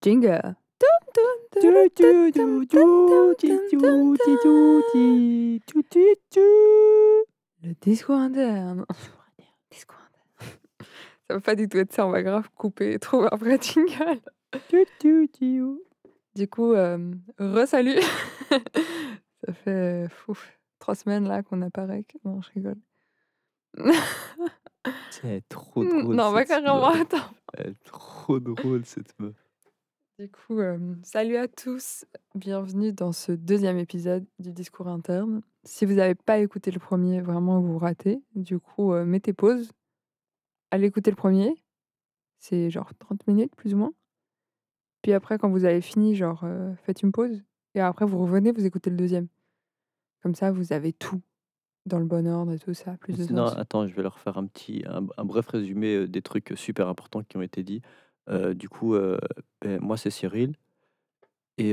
Jingle. Le discours interne. Discours interne. Ça va pas du tout être ça, on va grave couper et trouver un vrai jingle. Du coup, re-salut. Ça fait 3 semaines là qu'on apparaît. Non, je rigole. C'est trop drôle Non, bah cette carrément, meuf. attends. Elle est trop drôle cette meuf. Du coup, salut à tous, bienvenue dans ce 2e épisode du discours interne. Si vous n'avez pas écouté le premier, vraiment vous ratez. Du coup, mettez pause, allez écouter le premier, c'est genre 30 minutes plus ou moins. Puis après quand vous avez fini, genre, faites une pause et après vous revenez, vous écoutez le 2e. Comme ça, vous avez tout dans le bon ordre et tout ça, plus de Sinon, sens. attends, je vais leur faire un bref résumé, des trucs super importants qui ont été dits. Du coup, moi c'est Cyril et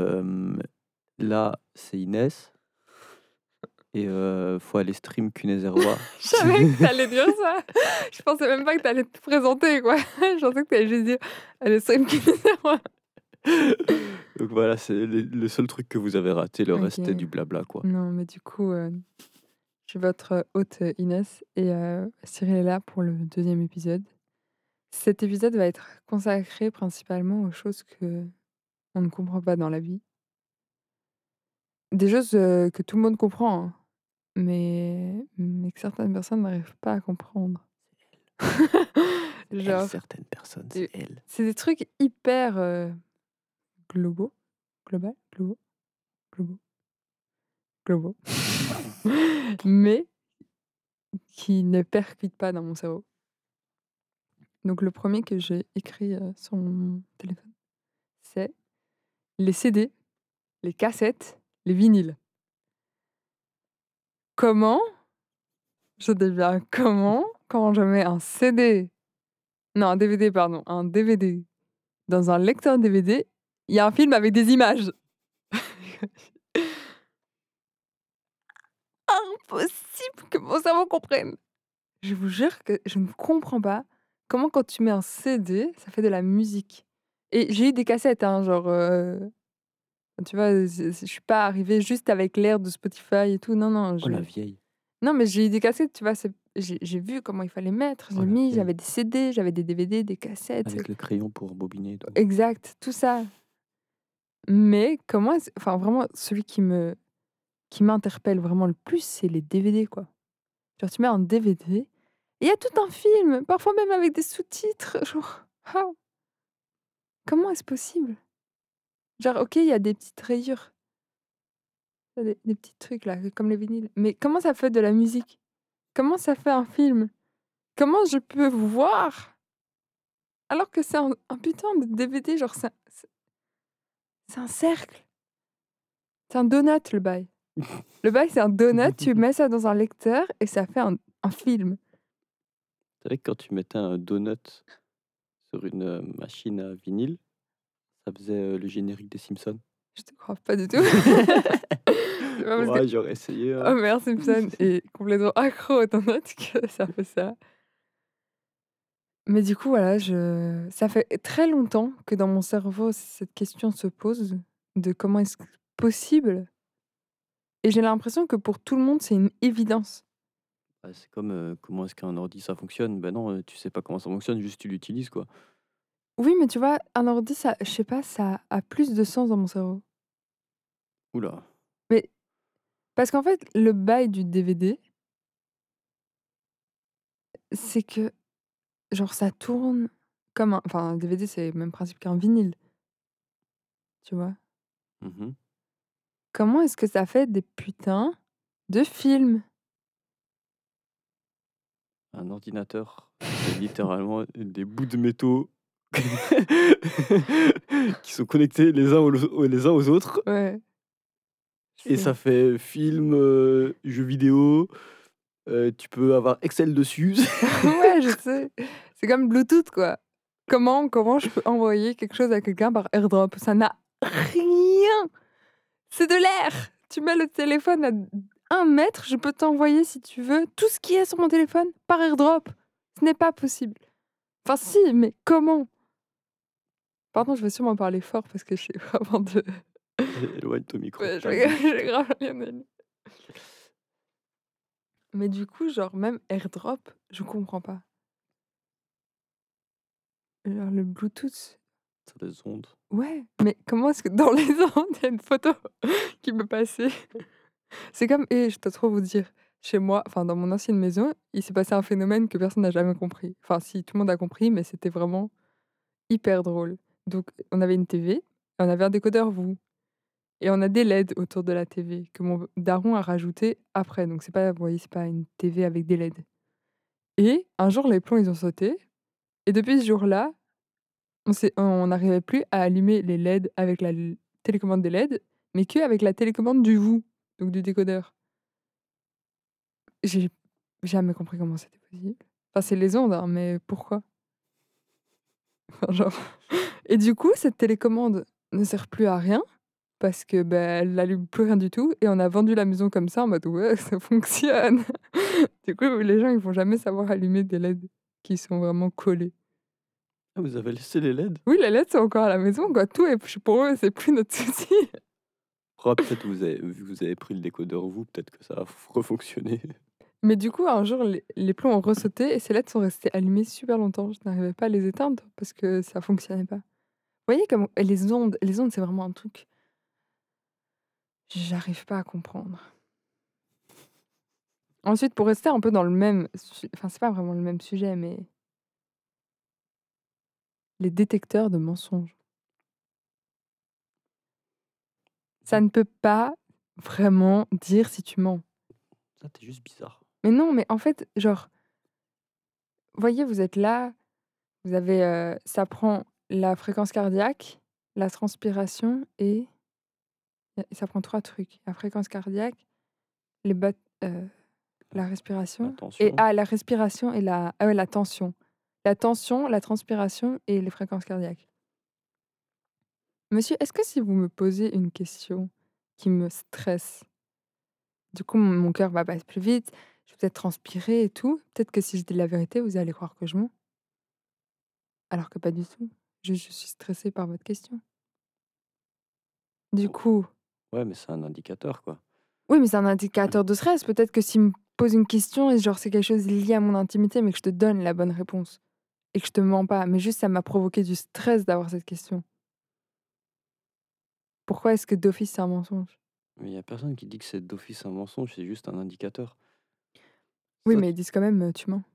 là c'est Inès et faut aller stream Kunézerwa. Je savais que t'allais dire ça. Je pensais même pas que t'allais te présenter, quoi. Je pensais que t'allais juste dire: «Allez, c'est une Kunézerwa». Donc voilà, c'est le seul truc que vous avez raté, le reste c'était OK. du blabla, quoi. Non, mais du coup, je suis votre hôte, Inès et Cyril est là pour le 2e épisode. Cet épisode va être consacré principalement aux choses qu'on ne comprend pas dans la vie. Des choses, que tout le monde comprend, hein, mais que certaines personnes n'arrivent pas à comprendre. Elle, Genre, certaines personnes, c'est et elle. c'est des trucs hyper, globaux, global, globaux, globaux, globaux, mais qui ne percutent pas dans mon cerveau. Donc le premier que j'ai écrit, sur mon téléphone, c'est les CD, les cassettes, les vinyles. Comment je deviens quand je mets un CD, non, un DVD pardon, un DVD dans un lecteur DVD, il y a un film avec des images. Impossible que mon cerveau comprenne. Je vous jure que je ne comprends pas comment quand tu mets un CD, ça fait de la musique. Et j'ai eu des cassettes, hein, genre, tu vois, je suis pas arrivée juste avec l'ère de Spotify et tout, non, non, Oh la vieille, non, mais j'ai eu des cassettes, tu vois? J'ai vu comment il fallait mettre, oh j'ai la mis, vieille. j'avais des CD, j'avais des DVD, des cassettes, Avec le crayon pour bobiner et tout. exact, tout ça. Mais comment est-ce enfin, vraiment, celui qui m'interpelle vraiment le plus, c'est les DVD, quoi. Genre, tu mets un DVD et il y a tout un film, parfois même avec des sous-titres, genre, waouh! Comment est-ce possible? Genre, OK, il y a des petites rayures, il y a des petits trucs là, comme les vinyles, mais comment ça fait de la musique? Comment ça fait un film? Comment je peux voir alors que c'est un putain de DVD, genre c'est un cercle, c'est un donut le bail. Le bail, c'est un donut, tu mets ça dans un lecteur et ça fait un film. C'est vrai que quand tu mettais un donut sur une, machine à vinyle, ça faisait, le générique des Simpsons. Je te crois pas du tout. C'est pas parce que Ouais, j'aurais essayé, hein. Homer Simpson est complètement accro aux donuts que ça fait ça. Mais du coup, voilà, ça fait très longtemps que dans mon cerveau, cette question se pose de comment est-ce possible? Et j'ai l'impression que pour tout le monde, c'est une évidence. Bah, c'est comme, comment est-ce qu'un ordi ça fonctionne? Ben non, tu sais pas comment ça fonctionne, juste tu l'utilises, quoi. Oui, mais tu vois, un ordi, ça je sais pas, ça a plus de sens dans mon cerveau. Ouh là! Mais parce qu'en fait, le bail du DVD, c'est que, genre, ça tourne comme un DVD, c'est le même principe qu'un vinyle, tu vois? Mmh. Comment est-ce que ça fait des putains de films? Un ordinateur, c'est littéralement des bouts de métaux qui sont connectés les uns aux autres Ouais, et ça c'est fait film, jeux vidéo, tu peux avoir Excel dessus. ouais, je sais. C'est comme Bluetooth, quoi. Comment je peux envoyer quelque chose à quelqu'un par AirDrop? Ça n'a rien! C'est de l'air! Tu mets le téléphone à 1 mètre, je peux t'envoyer, si tu veux, tout ce qui est sur mon téléphone par AirDrop. Ce n'est pas possible. Enfin si, mais comment? Pardon, je vais sûrement parler fort parce que j'ai vraiment de Éloigne ton micro de ouais, ta bouche, j'ai peut-être. grave rien aimé. Mais du coup, genre même AirDrop, je comprends pas. Genre le Bluetooth, Sur les ondes. ouais, mais comment est-ce que dans les ondes, il y a une photo qui peut passer? C'est comme et je dois trop vous dire, chez moi, enfin dans mon ancienne maison, il s'est passé un phénomène que personne n'a jamais compris. Enfin si, tout le monde a compris, mais c'était vraiment hyper drôle. Donc on avait une TV, on avait un décodeur VOO et on a des LED autour de la TV que mon daron a rajouté après. Donc c'est pas, vous voyez, c'est pas une TV avec des LED. Et un jour, les plombs, ils ont sauté et depuis ce jour-là, on n'arrivait plus à allumer les LED avec la télécommande des LED, mais qu'avec la télécommande du VOO, donc du décodeur. J'ai jamais compris comment c'était possible. Enfin, c'est les ondes, hein, mais pourquoi? Enfin, genre et du coup, cette télécommande ne sert plus à rien parce que, bah, elle allume plus rien du tout et on a vendu la maison comme ça en mode: «Ouais, ça fonctionne». Du coup, les gens, ils vont jamais savoir allumer des LED qui sont vraiment collés. Ah, vous avez laissé les LED? Oui, les LED sont encore à la maison, quoi. Tout est pour eux, c'est plus notre souci. Oh, peut-être vous avez vu que vous avez pris le décodeur vous, peut-être que ça a refonctionné. Mais du coup, un jour, les plombs ont ressauté et ces LED sont restés allumés super longtemps. Je n'arrivais pas à les éteindre parce que ça fonctionnait pas. Vous voyez comme les ondes, c'est vraiment un truc, j'arrive pas à comprendre. Ensuite, pour rester un peu dans le même enfin, c'est pas vraiment le même sujet, mais les détecteurs de mensonges. Ça Mmh. ne peut pas vraiment dire si tu mens. Ça, tu juste bizarre. Mais non, mais en fait, genre, voyez, vous êtes là, vous avez, ça prend la fréquence cardiaque, la transpiration et ça prend 3 trucs. La fréquence cardiaque, les bat la respiration et Attention. la respiration et la ah ouais, la tension. La tension, la transpiration et les fréquences cardiaques. Monsieur, est-ce que si vous me posez une question qui me stresse, du coup mon cœur va battre plus vite, je vais peut-être transpirer et tout, peut-être que si je dis la vérité, vous allez croire que je mens, alors que pas du tout. Je suis stressée par votre question. Du O coup Ouais, mais c'est un indicateur, quoi. oui, mais c'est un indicateur de stress. Peut-être que s'il me pose une question et genre c'est quelque chose lié à mon intimité, mais que je te donne la bonne réponse et que je te mens pas, mais juste ça m'a provoqué du stress d'avoir cette question. Pourquoi est-ce que d'office c'est un mensonge? Mais il y a personne qui dit que c'est d'office un mensonge, c'est juste un indicateur. Oui, Ça, mais ils tu disent quand même, «Tu mens»,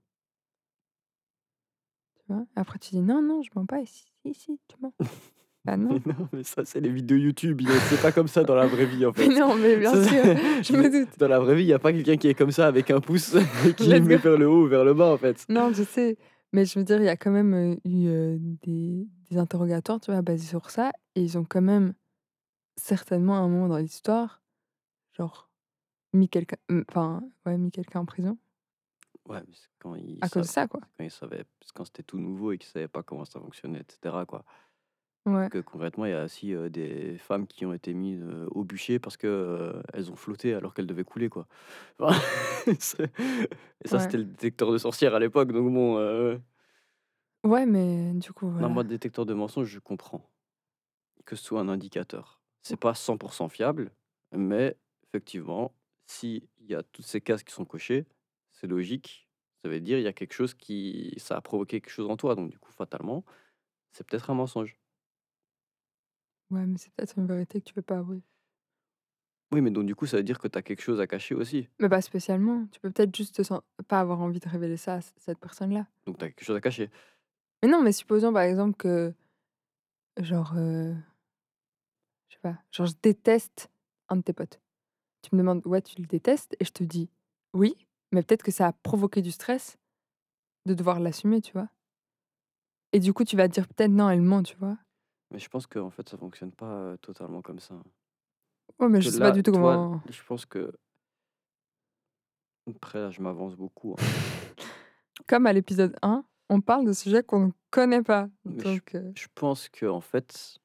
tu vois? Après tu dis: «Non, non, je mens pas» et «Si, si, si, tu mens». Bah mais non. non, mais ça, c'est les vidéos YouTube, c'est pas comme ça dans la vraie vie, en Mais fait. non, mais bien Ça, sûr, c'est je me doute. dans la vraie vie, il y a pas quelqu'un qui est comme ça avec un pouce et qui le Let's met go. vers le haut ou vers le bas, en fait. Non, je sais, mais je veux dire, il y a quand même, eu, des interrogatoires, tu vois, basés sur ça et ils ont quand même certainement à un moment dans l'histoire, genre mis quelqu'un enfin, ouais, mis quelqu'un en prison Ouais, mais c'est quand ils à cause savent de ça, quoi. c'est quand ils savaient c'est quand c'était tout nouveau et qu'ils savaient pas comment ça fonctionnait et cetera, quoi. Parce Ouais, que concrètement, il y a aussi, des femmes qui ont été mises, au bûcher parce que, elles ont flotté alors qu'elles devaient couler, quoi. Enfin, c'est et ça, ouais. c'était le détecteur de sorcières à l'époque, donc bon, Ouais, mais du coup, non, voilà. moi, détecteur de mensonges, je comprends que ce soit un indicateur. C'est pas 100 fiable, mais effectivement, s'il y a toutes ces cases qui sont cochées, c'est logique. Ça veut dire il y a quelque chose qui ça a provoqué quelque chose en toi, donc du coup, fatalement, c'est peut-être un mensonge. Ouais, mais c'est peut-être une vérité que tu peux pas avouer. Oui, mais donc du coup, ça veut dire que tu as quelque chose à cacher aussi. Mais pas spécialement, tu peux peut-être juste te sen pas avoir envie de révéler ça à cette personne-là. Donc tu as quelque chose à cacher. Mais non, mais supposons par exemple que genre, je sais pas, genre je déteste un de tes potes. Tu me demandes: «Ouais, tu le détestes?» et je te dis: «Oui», mais peut-être que ça a provoqué du stress de devoir l'assumer, tu vois? Et du coup, tu vas te dire peut-être: «Non, elle ment», tu vois? Mais je pense qu'en fait, ça fonctionne pas, totalement comme ça. Ouais, Parce mais que je sais pas là, du tout toi, comment je pense que après là, je m'avance beaucoup, hein, comme à l'épisode 1, on parle de sujets qu'on ne connaît pas, mais donc je pense que en fait,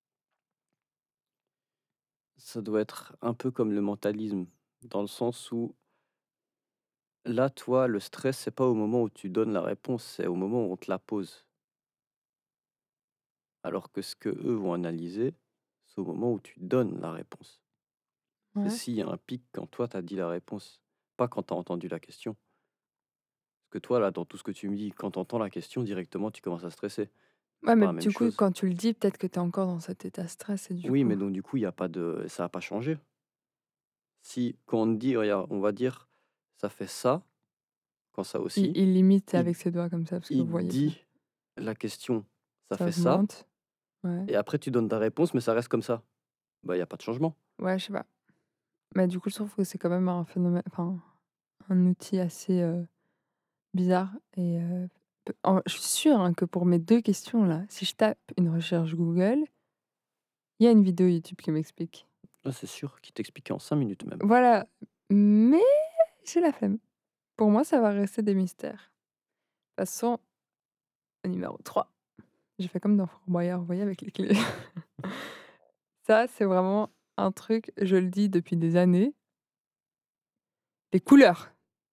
ça doit être un peu comme le mentalisme, dans le sens où là, toi, le stress, c'est pas au moment où tu donnes la réponse, c'est au moment où on te la pose. Alors que ce qu'eux vont analyser, c'est au moment où tu donnes la réponse. C'est Ouais. s'il y a un pic quand toi, tu as dit la réponse, pas quand tu as entendu la question. Parce que toi, là, dans tout ce que tu me dis, quand tu entends la question, directement, tu commences à stresser. Ouais, C'est pas mais la même du coup, chose. quand tu le dis, peut-être que tu es encore dans cet état stress et du Oui, coup mais donc du coup, il y a pas de ça a pas changé. Si quand on te dit, regarde, on va dire: «Ça fait ça», quand ça il aussi, il limite il avec ses doigts comme ça parce que vous il voyez pas. dit la question: «Ça Ça fait ça» augmente. Ouais. et après tu donnes ta réponse, mais ça reste comme ça. Bah, il y a pas de changement. Ouais, je sais pas. Mais du coup, je trouve que c'est quand même un phénomène enfin, un outil assez, bizarre et p en je suis sûre, hein, que pour mes 2 questions là, si je tape une recherche Google, il y a une vidéo YouTube qui m'explique. Là, c'est sûr qu'il t'expliquait en 5 minutes même. Voilà, mais j'ai la flemme. Pour moi, ça va rester des mystères. Passons au numéro 3. J'ai fait comme dans Fort Boyard, vous voyez, avec les clés. Ça, c'est vraiment un truc, je le dis depuis des années, les couleurs.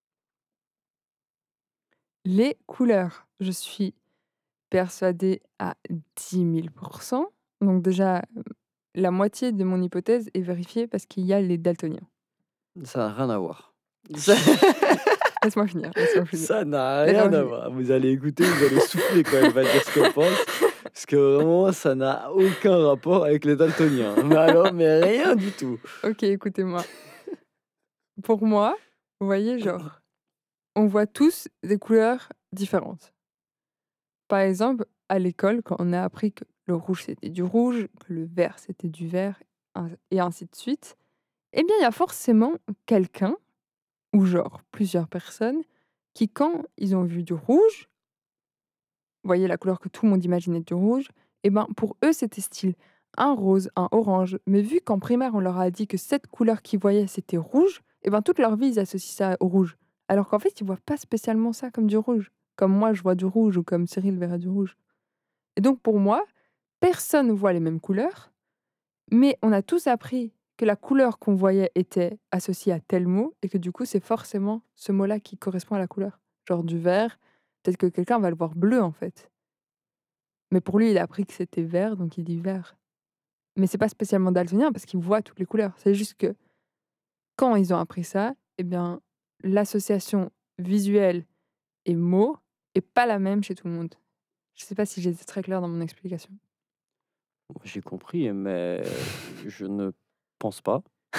Les couleurs. Je suis persuadée à 10 000 %. Donc déjà, la moitié de mon hypothèse est vérifiée parce qu'il y a les daltoniens. Ça n'a rien à voir. Ça Chut! Laisse-moi finir, laisse-moi finir. ça n'a Laisse-moi rien à finir. voir. Vous allez écouter, vous allez souffler quand elle va dire ce qu'elle pense, parce que vraiment ça n'a aucun rapport avec les daltoniens. Mais alors, mais rien du tout. OK, écoutez-moi. Pour moi, vous voyez, genre, on voit tous des couleurs différentes. Par exemple, à l'école, quand on a appris que le rouge, c'était du rouge, que le vert, c'était du vert, et ainsi de suite, eh bien, il y a forcément quelqu'un, ou genre plusieurs personnes, qui, quand ils ont vu du rouge, vous voyez la couleur que tout le monde imaginait du rouge, eh ben, pour eux, c'était style un rose, un orange. Mais vu qu'en primaire, on leur a dit que cette couleur qu'ils voyaient, c'était rouge, eh ben, toute leur vie, ils associent ça au rouge. Alors qu'en fait, ils voient pas spécialement ça comme du rouge. Comme moi, je vois du rouge, ou comme Cyril verrait du rouge. Et donc, pour moi, personne ne voit les mêmes couleurs, mais on a tous appris que la couleur qu'on voyait était associée à tel mot et que du coup, c'est forcément ce mot-là qui correspond à la couleur. Genre du vert, peut-être que quelqu'un va le voir bleu en fait. Mais pour lui, il a appris que c'était vert, donc il dit vert. Mais c'est pas spécialement daltonien parce qu'il voit toutes les couleurs. C'est juste que quand ils ont appris ça, eh bien, l'association visuelle et mot est pas la même chez tout le monde. Je sais pas si j'ai été très claire dans mon explication. J'ai compris, mais je ne pense pas.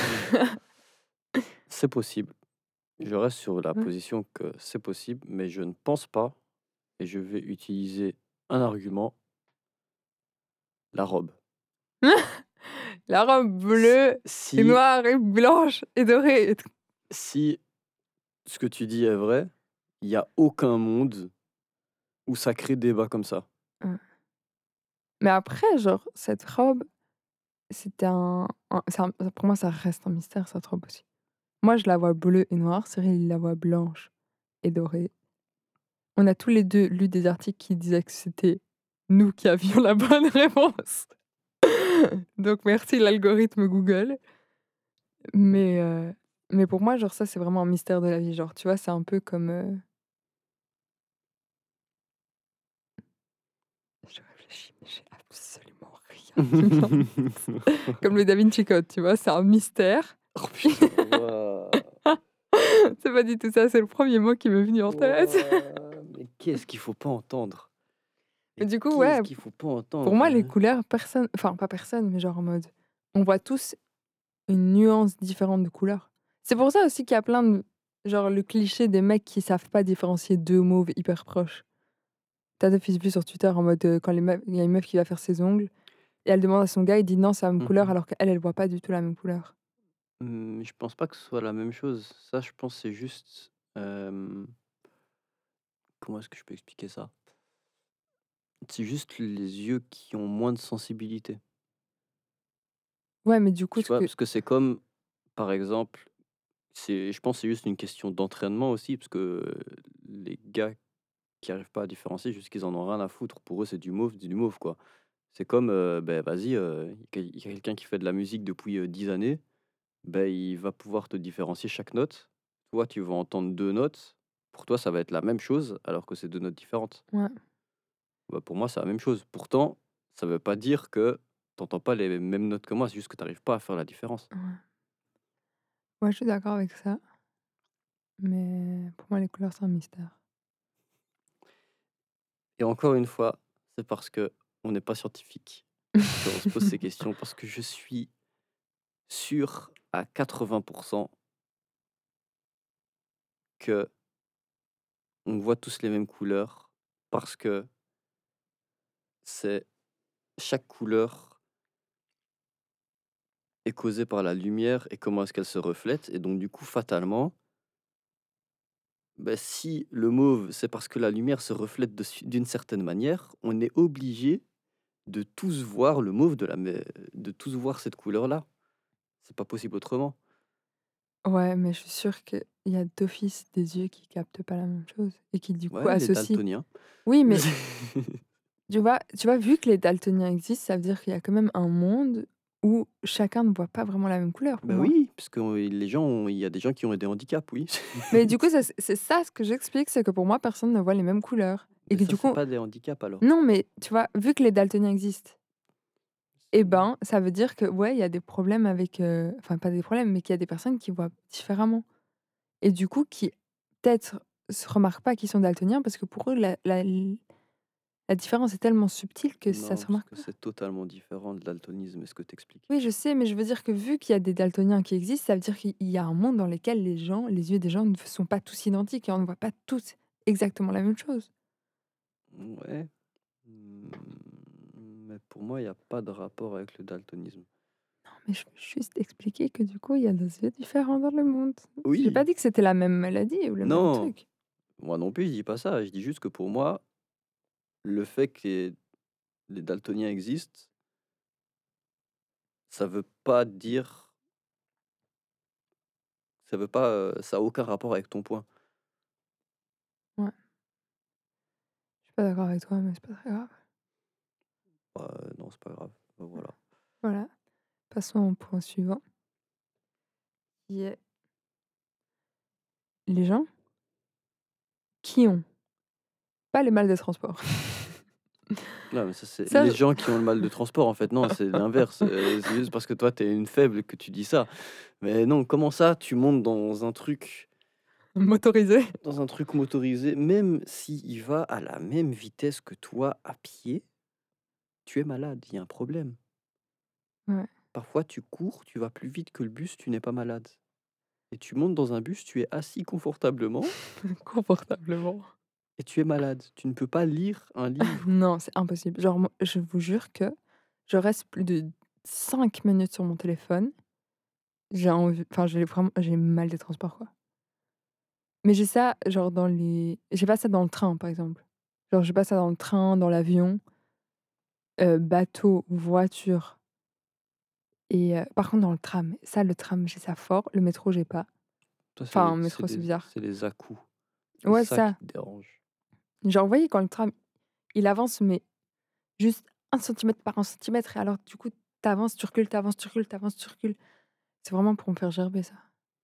C'est possible. Je reste sur la Ouais. position que c'est possible, mais je ne pense pas et je vais utiliser un argument, la robe. La robe S bleue et si noire et blanche et dorée et tout. si ce que tu dis est vrai, il y a aucun monde où ça crée débat comme ça. Mmh. Mais après, genre, cette robe, c'était c'est un pour moi, ça reste un mystère, cette robe aussi. Moi, je la vois bleue et noire, Cyril, il la voit blanche et dorée. On a tous les 2 lu des articles qui disaient que c'était nous qui avions la bonne réponse. Donc merci l'algorithme Google. Mais mais pour moi, genre, ça, c'est vraiment un mystère de la vie. Genre, tu vois, c'est un peu comme, je réfléchis, mais j'ai absolument rien qui me vient en tête. Comme le Da Vinci Code, tu vois? C'est un mystère. Oh putain, waouh! C'est pas du tout ça, c'est le premier mot qui m'est venu en tête. Waouh! Mais qu'est-ce qu'il faut pas entendre? Mais Et du coup, qu'est-ce ouais, qu'il faut pas pour entendre, moi, les hein? couleurs, personne enfin, pas personne, mais genre en mode, on voit tous une nuance différente de couleurs. C'est pour ça aussi qu'il y a plein de genre le cliché des mecs qui savent pas différencier 2 mauves hyper proches. Tu as d'office vu sur Twitter en mode, quand les meufs il y a une meuf qui va faire ses ongles et elle demande à son gars, il dit: «Non, c'est la même couleur», Mmh. alors qu'elle, elle voit pas du tout la même couleur. Je pense pas que ce soit la même chose. Ça, je pense, c'est juste, comment est-ce que je peux expliquer ça? C'est juste les yeux qui ont moins de sensibilité. Ouais, mais du coup, Tu ce vois? que Parce que c'est comme, par exemple, je pense que c'est juste une question d'entraînement aussi, parce que les gars qui arrivent pas à différencier, juste qu'ils en ont rien à foutre. Pour eux, c'est du mauve, quoi. C'est comme, beh, vas-y, il y a quelqu'un qui fait de la musique depuis, 10 années, ben il va pouvoir te différencier chaque note. Toi, tu vas entendre 2 notes. Pour toi, ça va être la même chose, alors que c'est 2 notes différentes. ouais. Bah, pour moi, c'est la même chose. Pourtant, Ça veut pas dire que t'entends pas les mêmes notes que moi, c'est juste que t'arrives pas à faire la différence. Ouais. Ouais, je suis d'accord avec ça, mais pour moi, les couleurs, c'est un mystère. Et encore une fois, c'est parce que on n'est pas scientifique qu'on se pose ces questions, parce que je suis sûr à 80 que on voit tous les mêmes couleurs parce que c'est chaque couleur est causée par la lumière et comment est-ce qu'elle se reflète et donc du coup, fatalement, bah, si le mauve, c'est parce que la lumière se reflète dessus d'une certaine manière, on est obligé de tous voir le mauve de tous voir cette couleur-là. C'est pas possible autrement. Ouais, mais je suis sûre qu'il y a d'office des yeux qui captent pas la même chose et qui, du coup, Ouais, les associent. daltoniens. Oui, mais tu vois, vu que les daltoniens existent, ça veut dire qu'il y a quand même un monde où chacun ne voit pas vraiment la même couleur pour Bah moi. oui, parce que les gens il y a des gens qui ont des handicaps, oui. Mais du coup, ça c'est ça ce que j'explique, c'est que pour moi, personne ne voit les mêmes couleurs et Mais que ça, du c'est coup pas des handicaps alors. non, mais tu vois, vu que les daltoniens existent, eh C'est ben, ça veut dire que, ouais, il y a des problèmes avec, enfin pas des problèmes, mais qu'il y a des personnes qui voient différemment et du coup qui peut-être se remarquent pas qu'ils sont daltoniens parce que pour eux la différence est tellement subtile que ça non, se parce remarque que pas. c'est totalement différent de l'altoonisme, est ce que tu expliques. Oui, je sais, mais je veux dire que vu qu'il y a des daltoniens qui existent, ça veut dire qu'il y a un monde dans lequel les yeux des gens ne sont pas tous identiques et on ne voit pas tous exactement la même chose. Ouais, mmh, mais pour moi, il y a pas de rapport avec le daltonisme. Mais je veux juste expliquer que du coup, il y a des yeux différents dans le monde. J'ai pas Oui, dit que c'était la même maladie ou le même non, truc. moi non plus, je dis pas ça. Je dis juste que pour moi, le fait que les daltoniens existent, ça veut pas dire ça veut pas, ça a aucun rapport avec ton point. Ouais, je suis pas d'accord avec toi, mais c'est pas très grave. Non, c'est pas grave, voilà. Voilà, passons au point suivant, qui est les gens qui ont pas le mal des transports. Non, mais ça, c'est les Ça, gens qui ont le mal de transport, en fait. Non, c'est l'inverse, c'est juste parce que toi, tu es une faible que tu dis ça. Mais non, comment ça, tu montes motorisé. dans un truc motorisé, même s'il va à la même vitesse que toi à pied, tu es malade, il y a un problème. Ouais, Parfois, tu cours, tu vas plus vite que le bus, tu n'es pas malade. Et tu montes dans un bus, tu es assis confortablement confortablement. et tu es malade. Tu ne peux pas lire un livre. Non, c'est impossible. Genre, moi, je vous jure que je reste plus de 5 minutes sur mon téléphone. J'ai envie, enfin, j'ai mal des transports, quoi. Mais j'ai ça, genre, j'ai pas ça dans le train, par exemple. Genre, j'ai pas ça dans le train, dans l'avion, bateau, voiture et par contre, dans le tram, ça, le tram, j'ai ça fort. Le métro, j'ai pas. Toi, Enfin, métro, c'est bizarre. c'est les à-coups. C'est Ouais, ça qui ça. te dérange. Genre, vous voyez, quand le tram, il avance, mais juste 1 centimètre par 1 centimètre et alors, du coup, tu recules, tu recules, tu recules. C'est vraiment pour me faire gerber, ça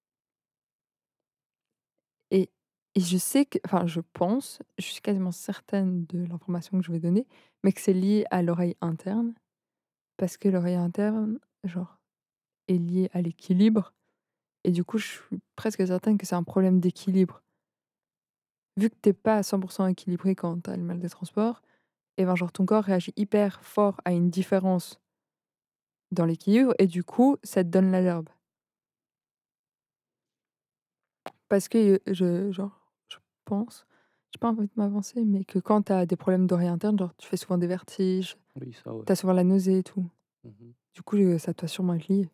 et je sais que enfin, je pense, je suis quasiment certaine de l'information que je vais donner, mais que c'est lié à l'oreille interne parce que l'oreille interne, genre, est liée à l'équilibre et du coup, je suis presque certaine que c'est un problème d'équilibre. Vu que tu es pas à 100 équilibré quand tu as le mal des transports et ben, genre, ton corps réagit hyper fort à une différence dans l'équilibre et du coup, ça te donne l'alerte. Parce que, je pense, j'ai pas envie de m'avancer, mais que quand tu as des problèmes d'oreille interne, genre, tu fais souvent des vertiges, Oui, ça, ouais. tu as souvent la nausée et tout. Mmh. Du coup, ça doit sûrement être lié.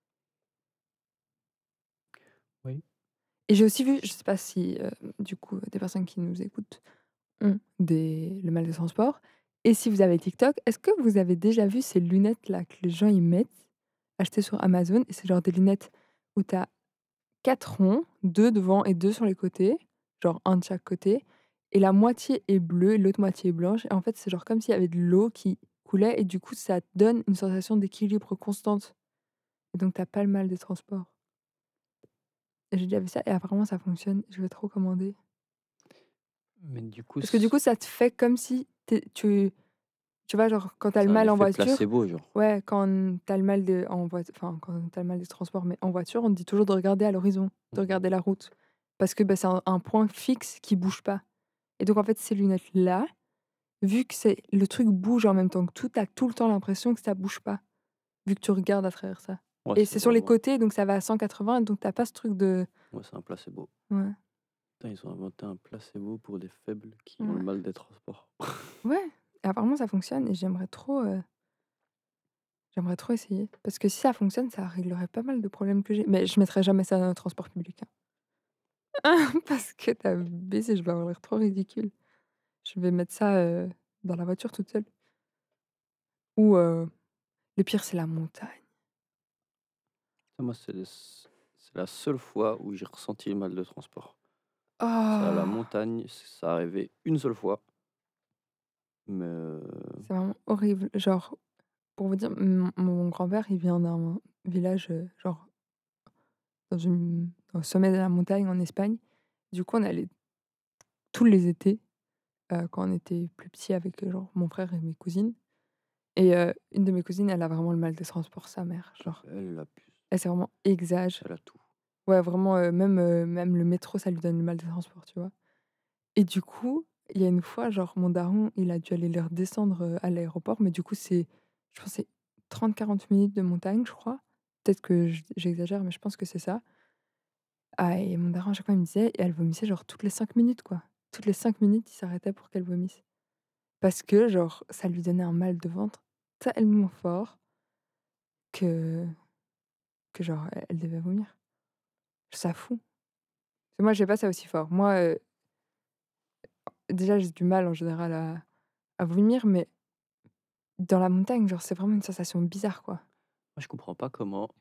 Oui. Et j'ai aussi vu, je sais pas si, du coup, des personnes qui nous écoutent ont le mal des transports et si vous avez TikTok, est-ce que vous avez déjà vu ces lunettes-là que les gens ils mettent, achetées sur Amazon et c'est genre des lunettes où tu as 4 ronds, 2 devant et 2 sur les côtés, genre un de chaque côté et la moitié est bleue et l'autre moitié est blanche et en fait, c'est genre comme s'il y avait de l'eau qui coulait et du coup, ça te donne une sensation d'équilibre constante et donc tu as pas le mal des transports. J'ai déjà vu ça et apparemment ça fonctionne, je vais trop commander. Mais du coup, Parce que du coup, ça te fait comme si tu Tu vois, genre, quand tu as C'est le un mal en effet voiture, placebo, genre. ouais, quand tu as le mal de en voit enfin, quand tu as le mal des transports, mais en voiture, on te dit toujours de regarder à l'horizon, de Mmh. regarder la route. Parce que, bah, c'est un point fixe qui bouge pas. Et donc en fait, ces lunettes-là, vu que c'est le truc bouge en même temps que tout, tu as tout le temps l'impression que ça bouge pas, vu que tu regardes à travers ça. Ouais, Et c'est c'est sur les vraiment côtés, donc ça va à 180, donc tu as pas ce truc de ouais, c'est un placebo. ouais, Putain, ils ont inventé un placebo pour les faibles qui ont le ouais, mal des transports. ouais, et apparemment ça fonctionne et j'aimerais trop essayer. Parce que si ça fonctionne, ça réglerait pas mal de problèmes que j'ai. Mais je mettrai jamais ça dans le transport public, hein. Parce que tu as baissé, je vais avoir l'air trop ridicule. Je vais mettre ça, dans la voiture toute seule ou le pire, c'est la montagne. Moi, c'est la seule fois où j'ai ressenti le mal de transport. C'est à la Oh! montagne, ça arrivé une seule fois, mais C'est vraiment horrible. Genre, pour vous dire, mon grand-père, il vient d'un village, genre, au sommet de la montagne en Espagne. Du coup, on allait tous les étés, quand on était plus petits avec, genre, mon frère et mes cousines et une de mes cousines, elle a vraiment le mal des transports, sa mère, genre, elle abuse, elle, c'est vraiment exag. elle a tout. Ouais, vraiment, même le métro, ça lui donne le mal des transports, tu vois? Et du coup, il y a une fois, genre, mon daron, il a dû aller les redescendre, à l'aéroport, mais du coup, je pense c'est 30-40 minutes de montagne, je crois. Peut-être que j'exagère, mais je pense que c'est ça. Ah et mon daron, à chaque fois, il me disait et elle vomissait, genre, toutes les 5 minutes, quoi. Toutes les 5 minutes, il s'arrêtait pour qu'elle vomisse. Parce que, genre, ça lui donnait un mal de ventre tellement fort que genre, elle devait vomir. Je trouve ça fou. Moi, j'ai pas ça aussi fort. Moi, déjà, j'ai du mal en général à vomir, mais dans la montagne, genre, c'est vraiment une sensation bizarre, quoi. Moi, je comprends pas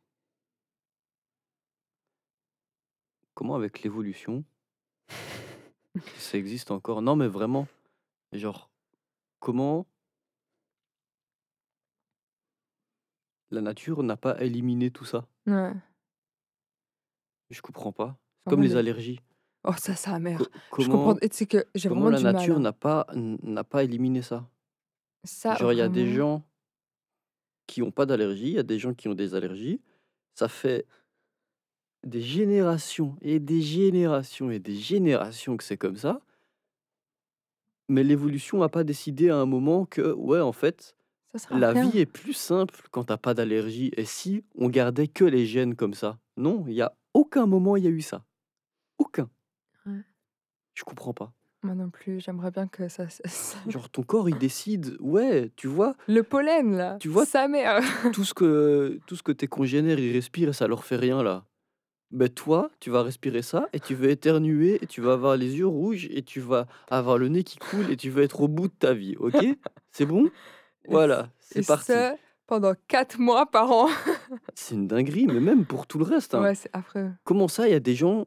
comment avec l'évolution, ça existe encore. Non, mais vraiment, genre, comment la nature n'a pas éliminé tout ça? Ouais, Je comprends pas. C'est comme vraiment les les allergies. oh ça, sa mère. Je comprends Comment et tu sais que j'ai comment vraiment la du mal, nature hein. n'a pas éliminé ça? Ça, Genre, il y a des vraiment, gens qui ont pas d'allergie, il y a des gens qui ont des allergies. Ça fait des générations et des générations et des générations que c'est comme ça, mais l'évolution a pas décidé à un moment que, ouais, en fait, ça sert à la vie rien. est plus simple quand tu as pas d'allergie et si on gardait que les gènes comme ça? Non, il y a aucun moment il y a eu ça. Aucun. Ouais. Je comprends pas. Moi non plus, j'aimerais bien que ça cesse. Genre ton corps, il décide, ouais, Le pollen là, tu vois sa mère. tout ce que tes congénères, ils respirent et ça leur fait rien là. Ben toi, tu vas respirer ça et tu vas éternuer et tu vas avoir les yeux rouges et tu vas avoir le nez qui coule et tu vas être au bout de ta vie, OK? C'est bon? Et c Voilà, c'est et parti. ce, pendant 4 mois par an. C'est une dinguerie, mais même pour tout le reste, hein. Ouais, c'est affreux. Comment ça, il y a des gens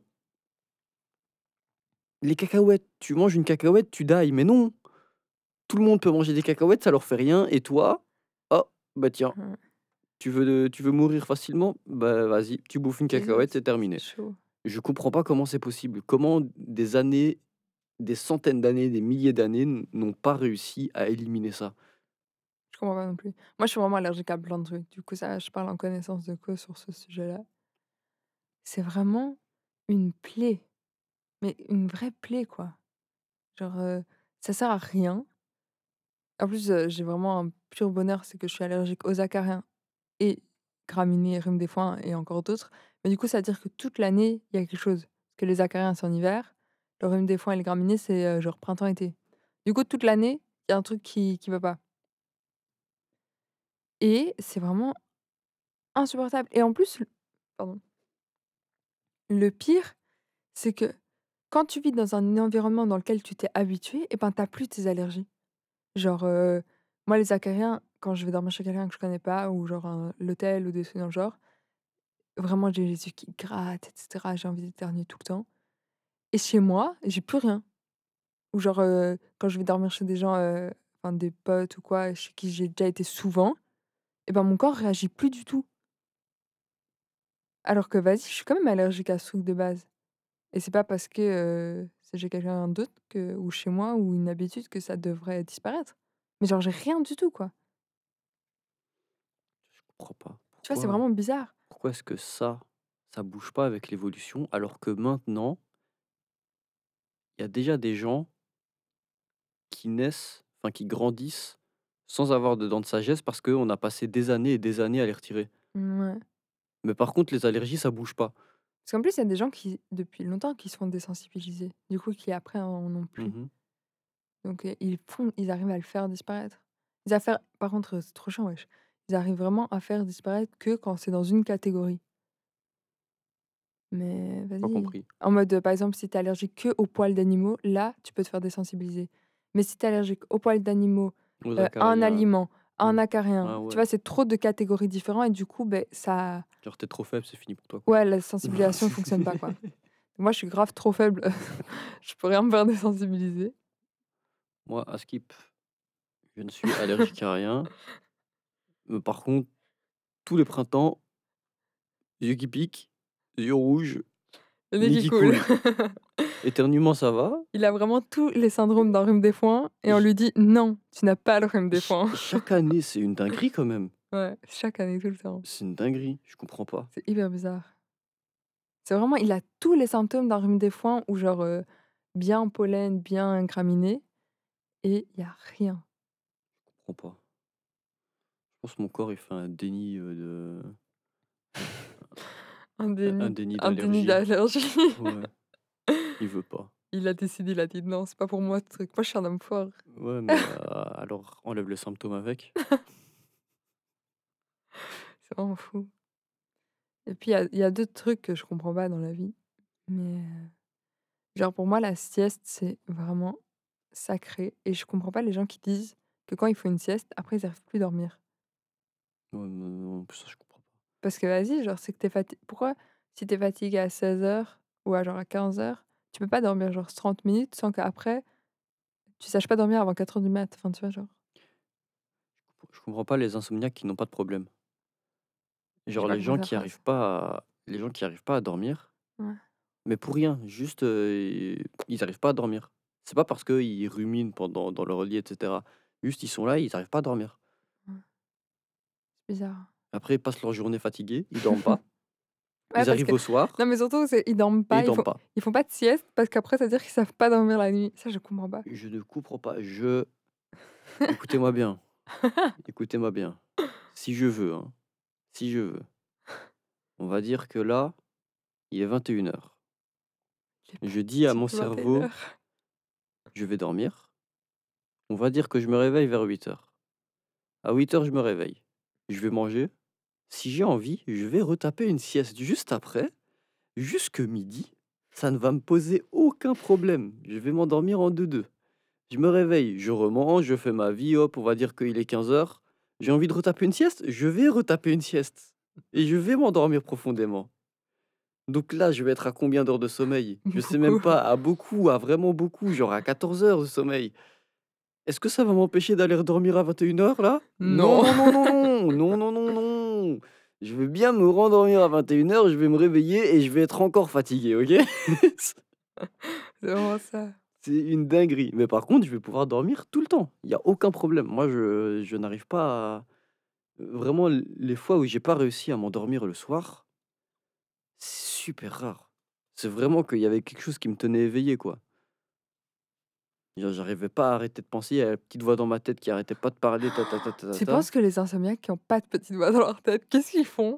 les cacahuètes, tu manges une cacahuète, tu die, mais non! Tout le monde peut manger des cacahuètes, ça leur fait rien et toi, oh, bah tiens, Ouais. tu veux mourir facilement? Bah vas-y, tu bouffes une cacahuète, c'est C'est terminé. chaud. Je comprends pas comment c'est possible. Comment des années, des centaines d'années, des milliers d'années n'ont pas réussi à éliminer ça? Je comprends pas non plus. Moi, je suis vraiment allergique à plein de trucs. Du coup, ça, je parle en connaissance de cause sur ce sujet-là. C'est vraiment une plaie, mais une vraie plaie, quoi. Genre, ça sert à rien. En plus, j'ai vraiment un pur bonheur, c'est que je suis allergique aux acariens et graminées, rhume des foins et encore d'autres. Mais du coup, ça veut dire que toute l'année, il y a quelque chose. Parce que les acariens, c'est en hiver, le rhume des foins et les graminées, c'est, genre printemps-été. Du coup, toute l'année, il y a un truc qui va pas et c'est vraiment insupportable et en plus, pardon, le pire, c'est que quand tu vis dans un environnement dans lequel tu t'es habitué et ben, tu plus tes allergies. Genre, moi, les acariens, quand je vais dormir chez quelqu'un que je connais pas ou genre, l'hôtel ou des trucs dans le genre, vraiment, j'ai les yeux qui grattent et cetera, j'ai envie d'éternuer tout le temps et chez moi, j'ai plus rien. Ou genre, quand je vais dormir chez des gens, enfin des potes ou quoi, chez qui j'ai déjà été souvent et ben, mon corps réagit plus du tout. Alors que vas-y, je suis quand même allergique à ce truc de base et c'est pas parce que, c'est chez quelqu'un d'autre que ou chez moi ou une habitude que ça devrait disparaître. Mais genre, j'ai rien du tout, quoi. Je comprends pas. Tu vois, c'est vraiment bizarre. Pourquoi est-ce que ça bouge pas avec l'évolution, alors que maintenant, il y a déjà des gens qui naissent, enfin qui grandissent sans avoir de dents de sagesse parce qu'on a passé des années et des années à les retirer. Ouais. Mais par contre, les allergies, ça bouge pas. Parce qu'en plus, il y a des gens qui, depuis longtemps, qui se font désensibiliser. Du coup, qui après en ont plus. Mmh. Donc ils arrivent à le faire disparaître. Ils à faire par contre, c'est trop chiant, wesh. Ils arrivent vraiment à faire disparaître que quand c'est dans une catégorie. Mais Pas vas-y. compris. En mode, par exemple, si tu es allergique que aux poils d'animaux, là, tu peux te faire désensibiliser. Mais si tu es allergique aux poils d'animaux, Aux à un acariens, aliment, à un mmh. acarien, Ah tu ouais. vois, c'est trop de catégories différentes et du coup, beh, ça Genre tu trop faible, c'est fini pour toi, quoi. ouais, la sensibilisation fonctionne pas, quoi. Moi, je suis grave trop faible, je peux rien me faire désensibiliser. Moi, à skip, je ne suis allergique à rien, mais par contre, tous les printemps, yeux qui piquent, yeux rouges, Le nez nez qui qui coule. coule. Éternuement, ça va. Il a vraiment tous les syndromes d'un rhume des foins et on J lui dit: «Non, tu n'as pas le rhume des foins». chaque année, c'est une dinguerie quand même. Ouais, chaque année, tout le temps. C'est une dinguerie, je comprends pas. C'est hyper bizarre. C'est vraiment il a tous les symptômes d'un rhume des foins ou genre, bien pollen, bien graminé et il y a rien. Je comprends pas. Je pense que mon corps, il fait un déni, de Un un déni déni un déni d'allergie. d'allergie. Ouais, il veut pas. Il a décidé, il a dit: «Non, c'est pas pour moi ce truc. Moi, je suis un homme fort». Ouais, mais alors enlève les symptômes avec. C'est vraiment fou. Et puis il y a d'autres trucs que je comprends pas dans la vie, mais genre pour moi la sieste, c'est vraiment sacré et je comprends pas les gens qui disent que quand ils font une sieste, après ils arrivent plus à dormir. Ouais, non, plus ça, je comprends pas. Parce que vas-y, genre c'est que tu es pourquoi si tu es fatigué à 16 heures ou à genre à 15 heures, tu peux pas dormir genre 30 minutes sans qu'après tu saches pas dormir avant 4 heures du mat? Enfin, tu vois genre? Je comprends pas les insomniaques qui n'ont pas de problème. J'ai Genre pas compris sa phrase. les gens qui arrivent pas à dormir, Ouais, mais pour rien, juste, ils arrivent pas à dormir. C'est pas parce qu'ils ruminent pendant dans leur lit et cetera. Juste, ils sont là, ils arrivent pas à dormir. ouais, c'est bizarre. Après, ils passent leur journée fatigués, ils dorment pas. Ouais, Ils parce que arrivent au non, soir mais surtout c'est ils dorment et ils pas, dorment pas. ils font pas de sieste parce qu'après ça veut dire qu'ils savent pas dormir la nuit. Ça, je comprends pas. Je ne comprends pas. Écoutez-moi bien, écoutez-moi bien. Si je veux, hein, si je veux, on va dire que là, il est 21 heures. Les Je dis à mon petites 21 cerveau: heures. «Je vais dormir». On va dire que je me réveille vers 8 heures. À 8 heures, je me réveille. Je vais manger. Si j'ai envie, je vais retaper une sieste juste après, jusque midi. Ça ne va me poser aucun problème. Je vais m'endormir en deux-deux. Je me réveille, je remange, je fais ma vie, hop, on va dire qu'il est 15 heures. J'ai envie de retaper une sieste, je vais retaper une sieste. Et je vais m'endormir profondément. Donc là, je vais être à combien d'heures de sommeil? Je sais même Beaucoup. pas, à beaucoup, à vraiment beaucoup, genre à 14 heures de sommeil. Est-ce que ça va m'empêcher d'aller redormir à 21 heures là? Non, Non. non, non, non, non, non, non, non, non. Je vais bien me rendormir à 21 heures, je vais me réveiller et je vais être encore fatigué, OK? C'est vraiment ça. C'est une dinguerie. Mais par contre, je vais pouvoir dormir tout le temps. Il y a aucun problème. Moi, je n'arrive pas à vraiment les fois où j'ai pas réussi à m'endormir le soir, c'est super rare. C'est vraiment qu'il y avait quelque chose qui me tenait éveillé, quoi. Genre, j'arrivais pas à arrêter de penser, il y a la petite voix dans ma tête qui arrêtait pas de parler, ta ta ta ta ta Tu ta. penses que les insomniaques qui ont pas de petite voix dans leur tête, qu'est-ce qu'ils font?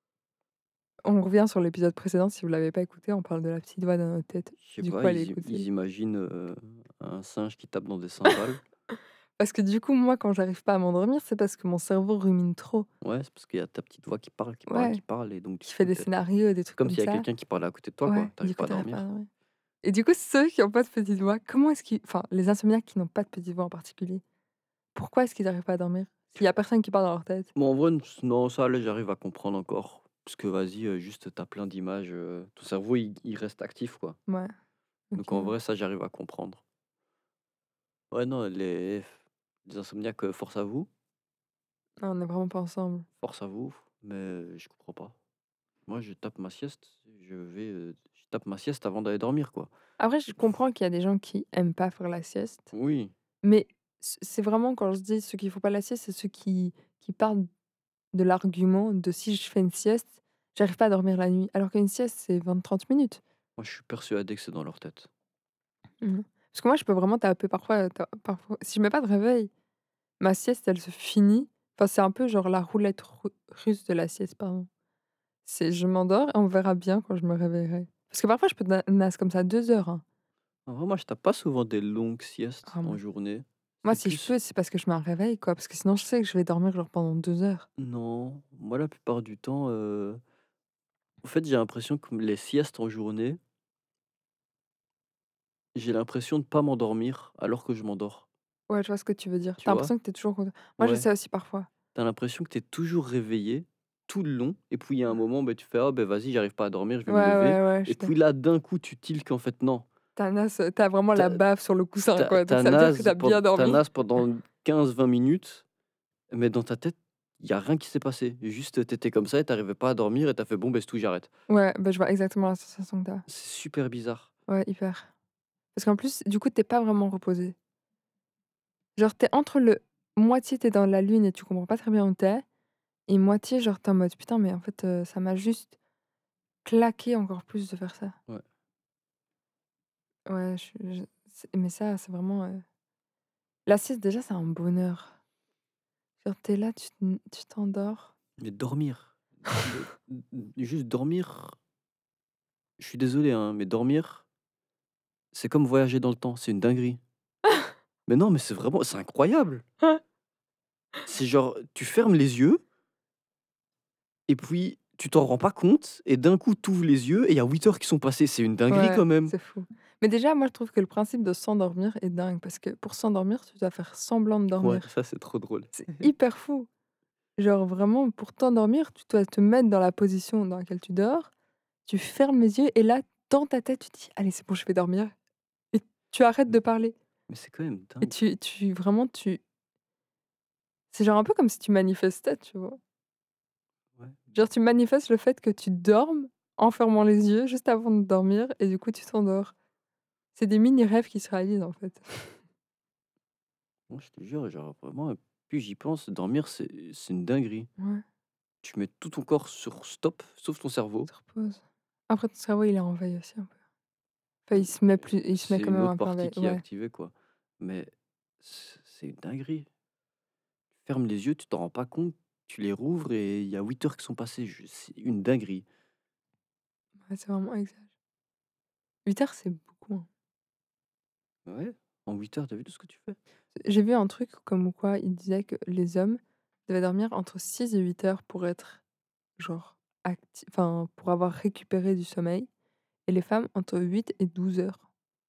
On revient sur l'épisode précédent, si vous l'avez pas écouté, on parle de la petite voix dans notre tête. Je sais Du pas, coup, allez ils écouter. imaginent, un singe qui tape dans des cymbales. Parce que du coup, moi, quand j'arrive pas à m'endormir, c'est parce que mon cerveau rumine trop. Ouais, c'est parce qu'il y a ta petite voix qui parle, qui parle, Ouais, qui parle et donc du qui fait coup, des tu scénarios, des c'est trucs comme comme s'il y a ça. quelqu'un qui parlait à côté de toi, Ouais, quoi. Tu du arrives coup, pas à tu arrives pas à dormir. dormir. Et du coup, ceux qui ont pas de petite voix, comment est-ce qu'ils enfin, les insomniaques qui n'ont pas de petite voix en particulier, pourquoi est-ce qu'ils arrivent pas à dormir? S'il y a personne qui parle dans leur tête? Bon, en vrai, non, ça, là, j'arrive à comprendre encore. Parce que vas-y, juste, tu plein d'images, ton cerveau, il reste actif, quoi. Ouais, Donc OK. en vrai, ça, j'arrive à comprendre. Ouais, non, les insomniaques, force à vous, Ah, on est vraiment pas ensemble. force à vous, mais je comprends pas. Moi, je tape ma sieste avant d'aller dormir, quoi. Après, je comprends qu'il y a des gens qui aiment pas faire la sieste, Oui, mais c'est vraiment quand je dis ceux qui font pas la sieste, c'est ceux qui partent de l'argument de si je fais une sieste, j'arrive pas à dormir la nuit. Alors qu'une sieste, c'est 20-30 minutes. Moi, je suis persuadé que c'est dans leur tête. Mmh. Parce que moi, je peux vraiment taper parfois si je mets pas de réveil, ma sieste, elle se finit. Enfin, c'est un peu genre la roulette russe de la sieste, pardon. C'est je m'endors et on verra bien quand je me réveillerai. Parce que parfois, je peux nasse comme ça 2 heures, hein. En vrai, moi, je tape pas souvent des longues siestes Ah en moi journée. moi, C'est si je plus peux, c'est parce que je mets un réveil, quoi, parce que sinon, je sais que je vais dormir genre pendant 2 heures. non, moi, la plupart du temps, en fait, j'ai l'impression que les siestes en journée, j'ai l'impression de pas m'endormir alors que je m'endors, Ouais, je vois ce que tu veux dire. tu Tu as vois? l'impression que tu es toujours content. Moi, j'ai Ouais, ça aussi parfois. tu as l'impression que tu es toujours réveillé tout le long et puis il y a un moment, bah, tu fais: «Ah, ben vas-y, j'arrive pas à dormir, je vais Ouais, me lever» ouais, ouais, je et suis puis d'accord. là, d'un coup, tu tiltes qu'en fait, non. Tu as vraiment Tu la baffe sur le coussin, as quoi, donc ça veut dire que tu as bien tu dormi. naze pendant 15-20 minutes, mais dans ta tête, il y a rien qui s'est passé. Juste, tu étais comme ça et tu arrivais pas à dormir et tu as fait: «Bon, beh, c'est tout, j'arrête». Ouais, bah, je vois exactement la sensation que tu as. C'est super bizarre. Ouais, hyper. Parce qu'en plus, du coup, tu es pas vraiment reposé. Genre, tu es entre le moitié tu es dans la lune et tu comprends pas très bien où tu es et moitié, genre, tu es en mode: «Putain, mais en fait, ça m'a juste claqué encore plus de faire ça». Ouais. Ouais, je mais ça, c'est vraiment, la sieste, déjà, c'est un bonheur. Genre, tu es là, tu t'endors. Mais dormir, juste dormir, je suis désolé, hein, mais dormir, c'est comme voyager dans le temps, c'est une dinguerie. Mais non, mais c'est vraiment c'est incroyable! C'est genre, tu fermes les yeux et puis tu t'en rends pas compte et d'un coup, tu ouvres les yeux et il y a 8 heures qui sont passées. C'est une dinguerie Ouais, quand même. c'est fou. Mais déjà, moi, je trouve que le principe de s'endormir est dingue parce que pour s'endormir, tu dois faire semblant de Ouais, dormir. ça, c'est trop drôle. C'est hyper fou. Genre vraiment, pour t'endormir, tu dois te mettre dans la position dans laquelle tu dors, tu fermes les yeux et là, dans ta tête, tu te dis: «Allez, c'est bon, je vais dormir» et tu arrêtes de Mais parler mais c'est quand même et dingue. tu vraiment tu c'est genre un peu comme si tu manifestais, tu vois? Ouais. Genre tu manifestes le fait que tu dormes en fermant les yeux juste avant de dormir et du coup, tu t'endors. C'est des mini rêves qui se réalisent, en fait. Moi, je te jure, genre vraiment, plus j'y pense, dormir, c'est une dinguerie. Ouais, Tu mets tout ton corps sur stop, sauf ton tu cerveau. te reposes. Après ton cerveau, il est en veille aussi un peu. Enfin, il se met C'est quand une même autre un peu en partie veille, qui est ouais. activée, quoi. Mais c'est une dinguerie. Tu fermes les yeux, tu t'en rends pas compte, tu les rouvres et il y a 8 heures qui sont passées. C'est une dinguerie. Ouais, c'est vraiment exag. 8 heures, c'est beaucoup, hein. Ouais, en 8 heures, t'as vu tout ce que tu fais? J'ai vu un truc comme quoi il disait que les hommes devaient dormir entre 6 et 8 heures pour être, genre, enfin, pour avoir récupéré du sommeil et les femmes entre 8 et 12 heures.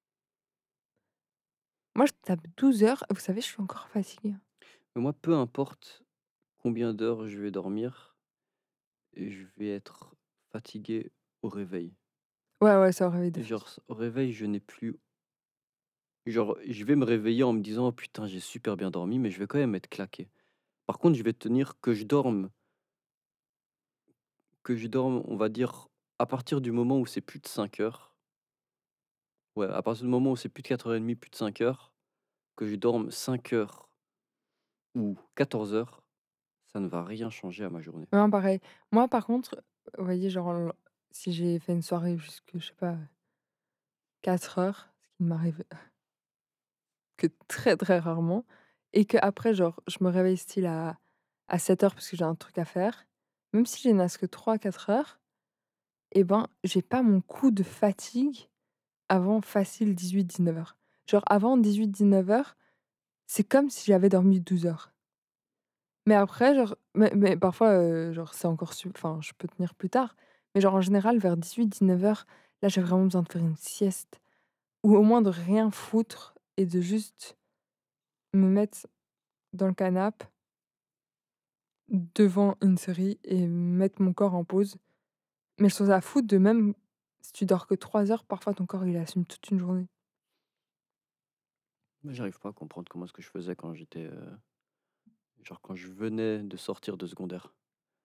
Moi, je tape 12 heures et vous savez, je suis encore fatiguée, hein. Mais moi, peu importe combien d'heures je vais dormir, je vais être fatigué au réveil. Ouais, ouais, ça aurait de Et fou. genre, au réveil, je n'ai plus genre, je vais me réveiller en me disant: «Oh putain, j'ai super bien dormi», mais je vais quand même être claqué. Par contre, je vais tenir que je dorme, on va dire, à partir du moment où c'est plus de 5 heures. Ouais, à partir du moment où c'est plus de 4h30, plus de 5 heures, que je dorme 5 heures ou 14 heures, ça ne va rien changer à ma journée. Ouais, pareil. Moi, par contre, vous voyez, genre, si j'ai fait une soirée jusque, je sais pas, 4 heures, ce qui ne m'arrive que très, très rarement et qu'après, genre, je me réveille style à 7 heures parce que j'ai un truc à faire, même si j'ai nasse que 3 4 heures et ben, j'ai pas mon coup de fatigue avant facile 18 19 heures. Genre avant 18 19 heures, c'est comme si j'avais dormi 12 heures. Mais après, genre mais parfois, genre c'est encore enfin je peux tenir plus tard, mais genre en général vers 18 19 heures, là j'ai vraiment besoin de faire une sieste ou au moins de rien foutre et de juste me mettre dans le canapé devant une série et mettre mon corps en pause. Mais je trouve ça fou de même si tu dors que 3 heures, parfois ton corps il assume toute une journée. Moi, j'arrive pas à comprendre comment est-ce que je faisais quand j'étais, genre quand je venais de sortir de secondaire.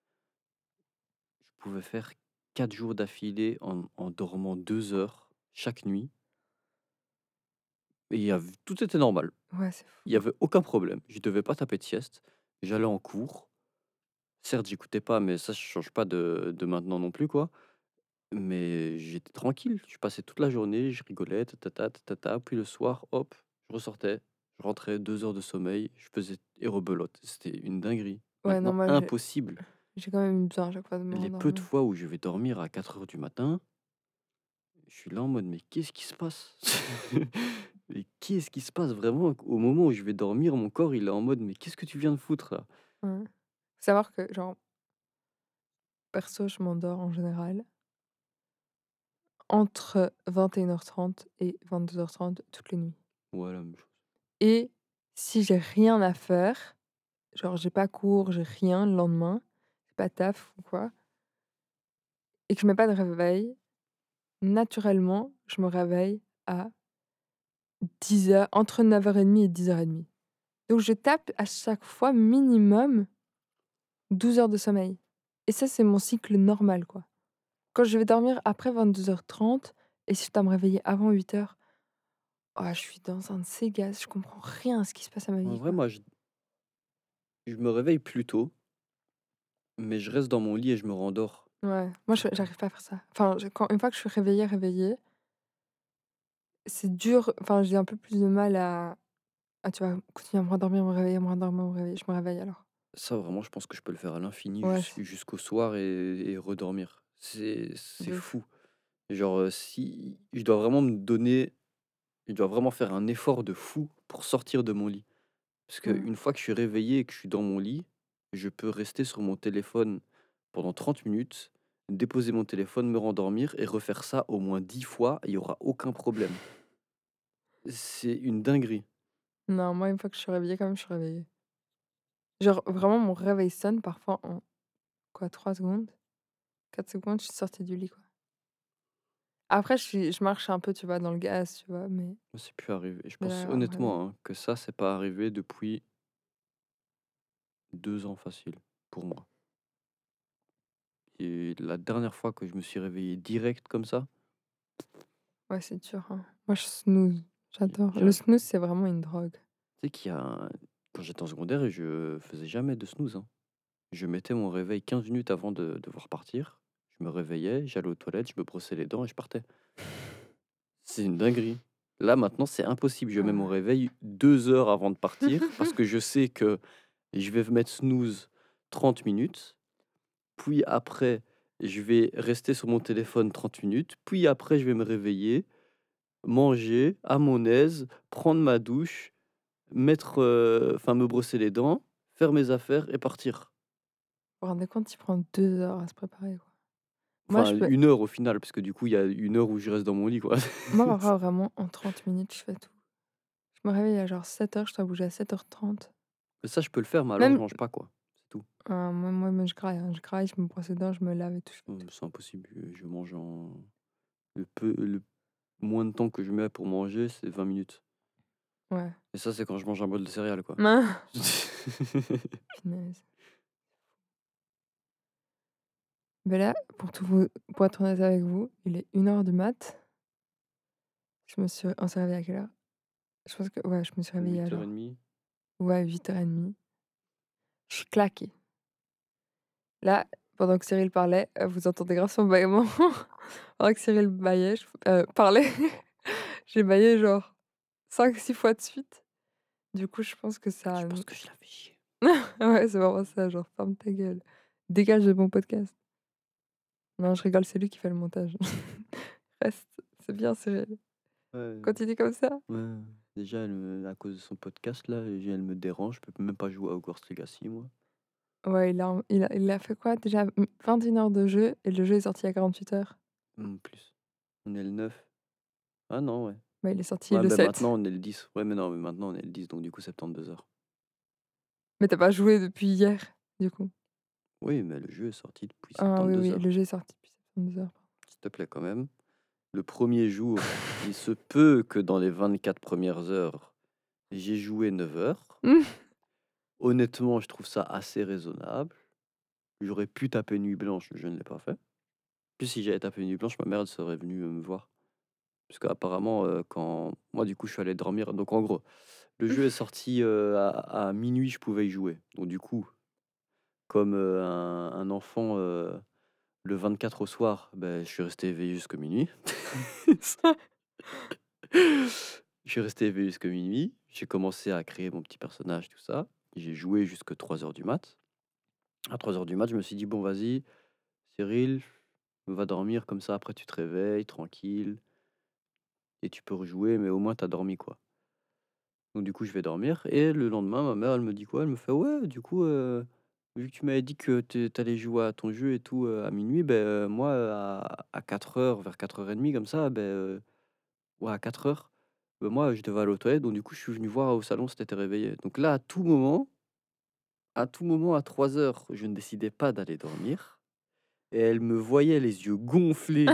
Je pouvais faire 4 jours d'affilée en dormant 2 heures chaque nuit et il y av tout était normal. Ouais, c'est Il y fou. avait aucun problème. Je devais pas taper de sieste. J'allais en cours. Certes, j'écoutais pas, mais ça change pas de maintenant non plus, quoi. Mais j'étais tranquille. Je passais toute la journée, je rigolais, ta ta ta, ta ta ta. Puis le soir, hop, je ressortais, je rentrais, 2 heures de sommeil, je faisais et rebelote. C'était une dinguerie. Ouais, non, Maintenant, moi, impossible. j'ai quand même besoin à chaque fois de me Les peu de rendormir. fois où je vais dormir à 4 heures du matin, je suis là en mode: «Mais qu'est-ce qui se passe?» Mais qu'est-ce qui se passe vraiment? Au moment où je vais dormir, mon corps, il est en mode: «Mais qu'est-ce que tu viens de foutre là?» Ouais. Faut savoir que, genre, perso, je m'endors en général entre 21h30 et 22h30 toutes les nuits. Ouais, la même chose. Et si j'ai rien à faire, genre j'ai pas cours, j'ai rien le lendemain, j'ai pas taf ou quoi, et que je mets pas de réveil, naturellement, je me réveille à 10h, entre 9h30 et 10h30. Donc je tape à chaque fois minimum 12 heures de sommeil. Et ça, c'est mon cycle normal, quoi. Quand je vais dormir après 22h30 et si je dois me réveiller avant 8h, oh, je suis dans un de ces gaz, je comprends rien à ce qui se passe à ma En vie, vrai, quoi. moi, je me réveille plus tôt, mais je reste dans mon lit et je me rendors. Ouais, moi j'arrive pas à faire ça. Enfin, une fois que je suis réveillée, c'est dur, enfin j'ai un peu plus de mal à tu vois, continuer à me rendormir, me réveiller, me rendormir, me réveiller. Je me réveille alors. Ça, vraiment, je pense que je peux le faire à l'infini Ouais, jusqu'au soir et redormir. C'est de ouf. fou. Genre, si je dois vraiment faire un effort de fou pour sortir de mon lit. Parce Ouais. qu'une fois que je suis réveillé et que je suis dans mon lit, je peux rester sur mon téléphone pendant 30 minutes, déposer mon téléphone, me rendormir et refaire ça au moins 10 fois, il y aura aucun problème. C'est une dinguerie. Non, moi une fois que je suis réveillée, quand même, je suis réveillée. Genre vraiment mon réveil sonne parfois en quoi, 3 secondes, 4 secondes, je suis sortie du lit, quoi. Après je marche un peu, tu vois, dans le gaz, tu vois, Moi, c'est plus arrivé. Je mais pense là, me réveiller. honnêtement, hein, que ça, c'est pas arrivé depuis 2 ans facile, pour moi. Et la dernière fois que je me suis réveillé direct comme ça, Ouais, c'est dur, hein. Moi je snooze, j'adore. Le j'arrive snooze, c'est vraiment une drogue. tu sais qu'il y a quand j'étais en secondaire, je faisais jamais de snooze, hein. Je mettais mon réveil 15 minutes avant de devoir partir. Je me réveillais, j'allais aux toilettes, je me brossais les dents et je partais. C'est une dinguerie. Là, maintenant, c'est impossible. Je mets mon Ah. réveil 2 heures avant de partir parce que je sais que je vais mettre snooze 30 minutes, puis après, je vais rester sur mon téléphone 30 minutes, puis après, je vais me réveiller, manger à mon aise, prendre ma douche, enfin me brosser les dents, faire mes affaires et partir. Vous vous rendez compte, il prend 2 heures à se préparer, quoi. Moi Enfin, je peux 1 heure au final, parce que du coup, il y a 1 heure où je reste dans mon lit, quoi. Moi parfois vraiment en 30 minutes, je fais tout. Je me réveille à genre 7h, je dois bouger à 7h30. Mais ça, je peux le faire, mais alors je Même mange pas, quoi. C'est tout. moi je graille, hein. Je graille, je me brosse les dents, je me lave et tout, je fais tout. C'est impossible, je mange en le moins de temps que je mets pour manger, c'est 20 minutes Ouais. et ça, c'est quand je mange un bol de céréales, quoi. Punaise. Mais là, pour être honnête avec vous, il est 1h du mat. On s'est réveillé à quelle heure? Je pense que ouais, je me suis réveillée à genre 8h30. ouais 8h30. Je suis claquée. Là, pendant que Cyril parlait, vous entendez grave son bâillement. Pendant que Cyril bâillait, parlait, j'ai bâillé genre 5 6 fois de suite. Du coup, je pense que ça Je n pense que je la fais chier. ouais, c'est vraiment ça, genre: «Ferme ta gueule, dégage de mon podcast». Non, je rigole, c'est lui qui fait le montage. Reste, c'est bien Cyril. Ouais, Quand il dit comme ça, ouais. Déjà, à cause de son podcast là, elle me dérange, je peux même pas jouer à Hogwarts Legacy, moi. ouais, il a fait quoi déjà? 21 heures de jeu et le jeu est sorti il y a 48 heures. Plus. On est le 9. Ah non, ouais. Bah, il est sorti Ouais, le bah, 7. maintenant on est le 10. Ouais, mais non, mais maintenant on est le 10, donc du coup 72 heures. Mais tu as pas joué depuis hier, du coup? Oui, mais le jeu est sorti depuis Ah oui, 72 oui, heures. le jeu est sorti depuis 72 heures. S'il te plaît, quand même. Le premier jour, il se peut que dans les 24 premières heures, j'ai joué 9 heures. Honnêtement, je trouve ça assez raisonnable. J'aurais pu taper nuit blanche, je ne l'ai pas fait. Puis si j'avais tapé nuit blanche, ma mère elle serait venue me voir. Parce qu'apparemment, quand moi du coup je suis allé dormir. Donc en gros, Le jeu est sorti, à minuit, je pouvais y jouer. Donc du coup, comme, un enfant, le 24 au soir, je suis resté éveillé jusqu'à minuit. Je suis resté éveillé jusqu'à minuit. J'ai commencé à créer mon petit personnage, tout ça. J'ai joué jusque 3 heures du mat. À 3 heures du mat, je me suis dit: «Bon vas-y, Cyril, va dormir comme ça après tu te réveilles tranquille et tu peux rejouer, mais au moins tu as dormi, quoi». Donc du coup, je vais dormir et le lendemain, ma mère, elle me dit quoi? Elle me fait: «Ouais, du coup, vu que tu m'avais dit que tu allais jouer à ton jeu et tout, à minuit, moi, à 4 heures, vers 4h30 comme ça, ouais, à 4 heures, moi, je devais aller aux toilettes, donc du coup, je suis venu voir au salon si tu étais réveillé». Donc là, à tout moment, à 3 heures, je ne décidais pas d'aller dormir et elle me voyait les yeux gonflés,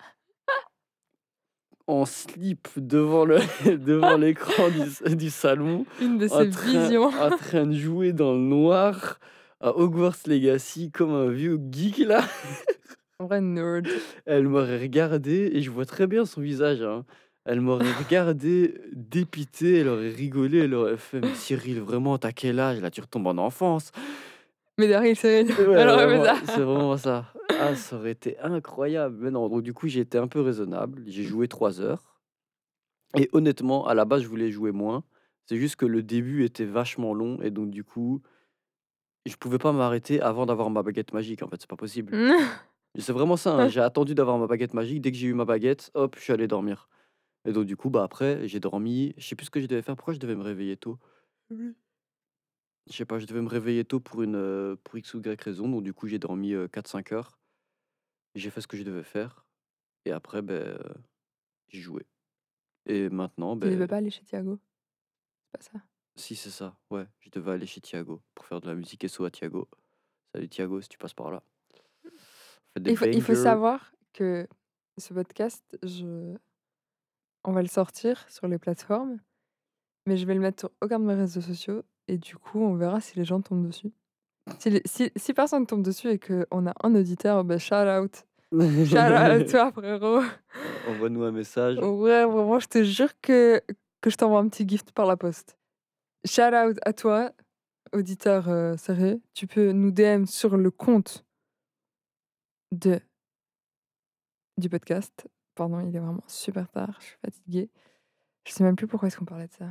en slip devant le devant l'écran du salon, Une de ses visions. en train de jouer dans le noir à Hogwarts Legacy comme un vieux geek là. En vrai nerd. Elle m'aurait regardé et je vois très bien son visage, hein. Elle m'aurait regardé dépité, elle aurait rigolé, elle aurait fait: «Mais Cyril, vraiment, tu quel âge là? Tu retombes en enfance». Mais derrière, c'est Ouais, elle aurait fait vraiment, ça. c'est vraiment ça. Ah, ça aurait été incroyable. Mais non, donc du coup, j'ai été un peu raisonnable. J'ai joué 3 heures et honnêtement, à la base, je voulais jouer moins. C'est juste que le début était vachement long et donc du coup, je pouvais pas m'arrêter avant d'avoir ma baguette magique, en fait, c'est pas possible. C'est vraiment ça, hein, j'ai attendu d'avoir ma baguette magique. Dès que j'ai eu ma baguette, hop, je suis allé dormir et donc du coup, après, j'ai dormi. Je sais plus ce que je devais faire. Pourquoi je devais me réveiller tôt? Oui. Je sais pas, je devais me réveiller tôt pour X ou Y raison, donc du coup, j'ai dormi, 4-5 heures. J'ai fait ce que je devais faire et après, j'ai joué et maintenant, Tu devais pas aller chez Thiago? C'est pas ça? si c'est ça, ouais, je devais aller chez Thiago pour faire de la musique SO à Thiago. Salut Thiago, si tu passes par là. Fais des Il faut bangers. savoir que ce podcast, on va le sortir sur les plateformes, mais je vais le mettre sur aucun de mes réseaux sociaux et du coup, on verra si les gens tombent dessus. Si personne tombe dessus et qu'on a un auditeur, shout out. Shout out à toi frérot. Envoie-nous un message. Ouais, vraiment, je te jure que je t'envoie un petit gift par la poste. Shout out à toi, auditeur, sérieux. Tu peux nous DM sur le compte de du podcast. Pardon, il est vraiment super tard, je suis fatiguée. Je sais même plus pourquoi est-ce qu'on parlait de ça.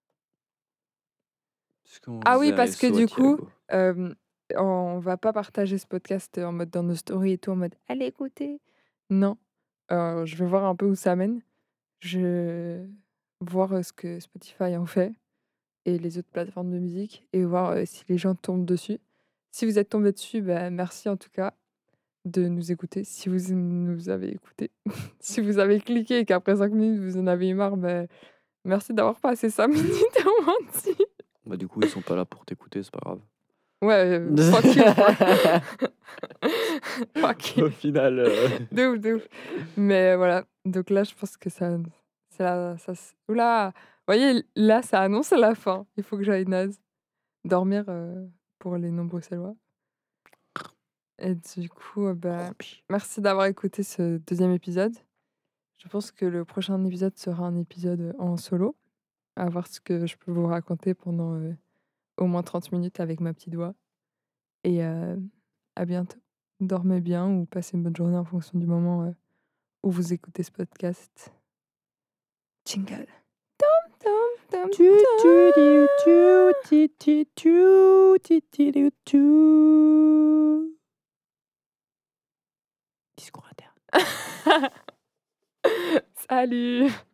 Parce qu'on Ah faisait oui, un parce que SO à du coup, Thiago. on va pas partager ce podcast, en mode dans nos stories et tout, en mode: «Allez écouter». Non, je vais voir un peu où ça mène. Je vais voir, ce que Spotify en fait et les autres plateformes de musique et voir, si les gens tombent dessus. Si vous êtes tombés dessus, merci en tout cas de nous écouter. Si vous nous avez écoutés, si vous avez cliqué et qu'après 5 minutes vous en avez eu marre, merci d'avoir passé 5 minutes au moins dessus. Du coup, ils sont pas là pour t'écouter, c'est pas grave. Ouais, fuck you bro. Fuck you. Au final, De ouf, de ouf. Mais voilà, donc là, je pense que ça c'est la ça s ouh là! Vous voyez, là, ça annonce la fin. Il faut que j'aille naze. Dormir, pour les non-bruxellois et du coup, Groupie. merci d'avoir écouté ce deuxième épisode. Je pense que le prochain épisode sera un épisode, en solo, à voir ce que je peux vous raconter pendant, au moins 30 minutes avec ma petite voix et à bientôt. Dormez bien ou passez une bonne journée en fonction du moment, où vous écoutez ce podcast. Jingle. Tom tom tom Tu tu tom. di tu ti ti tu ti ti di tu. Discours interne. Salut!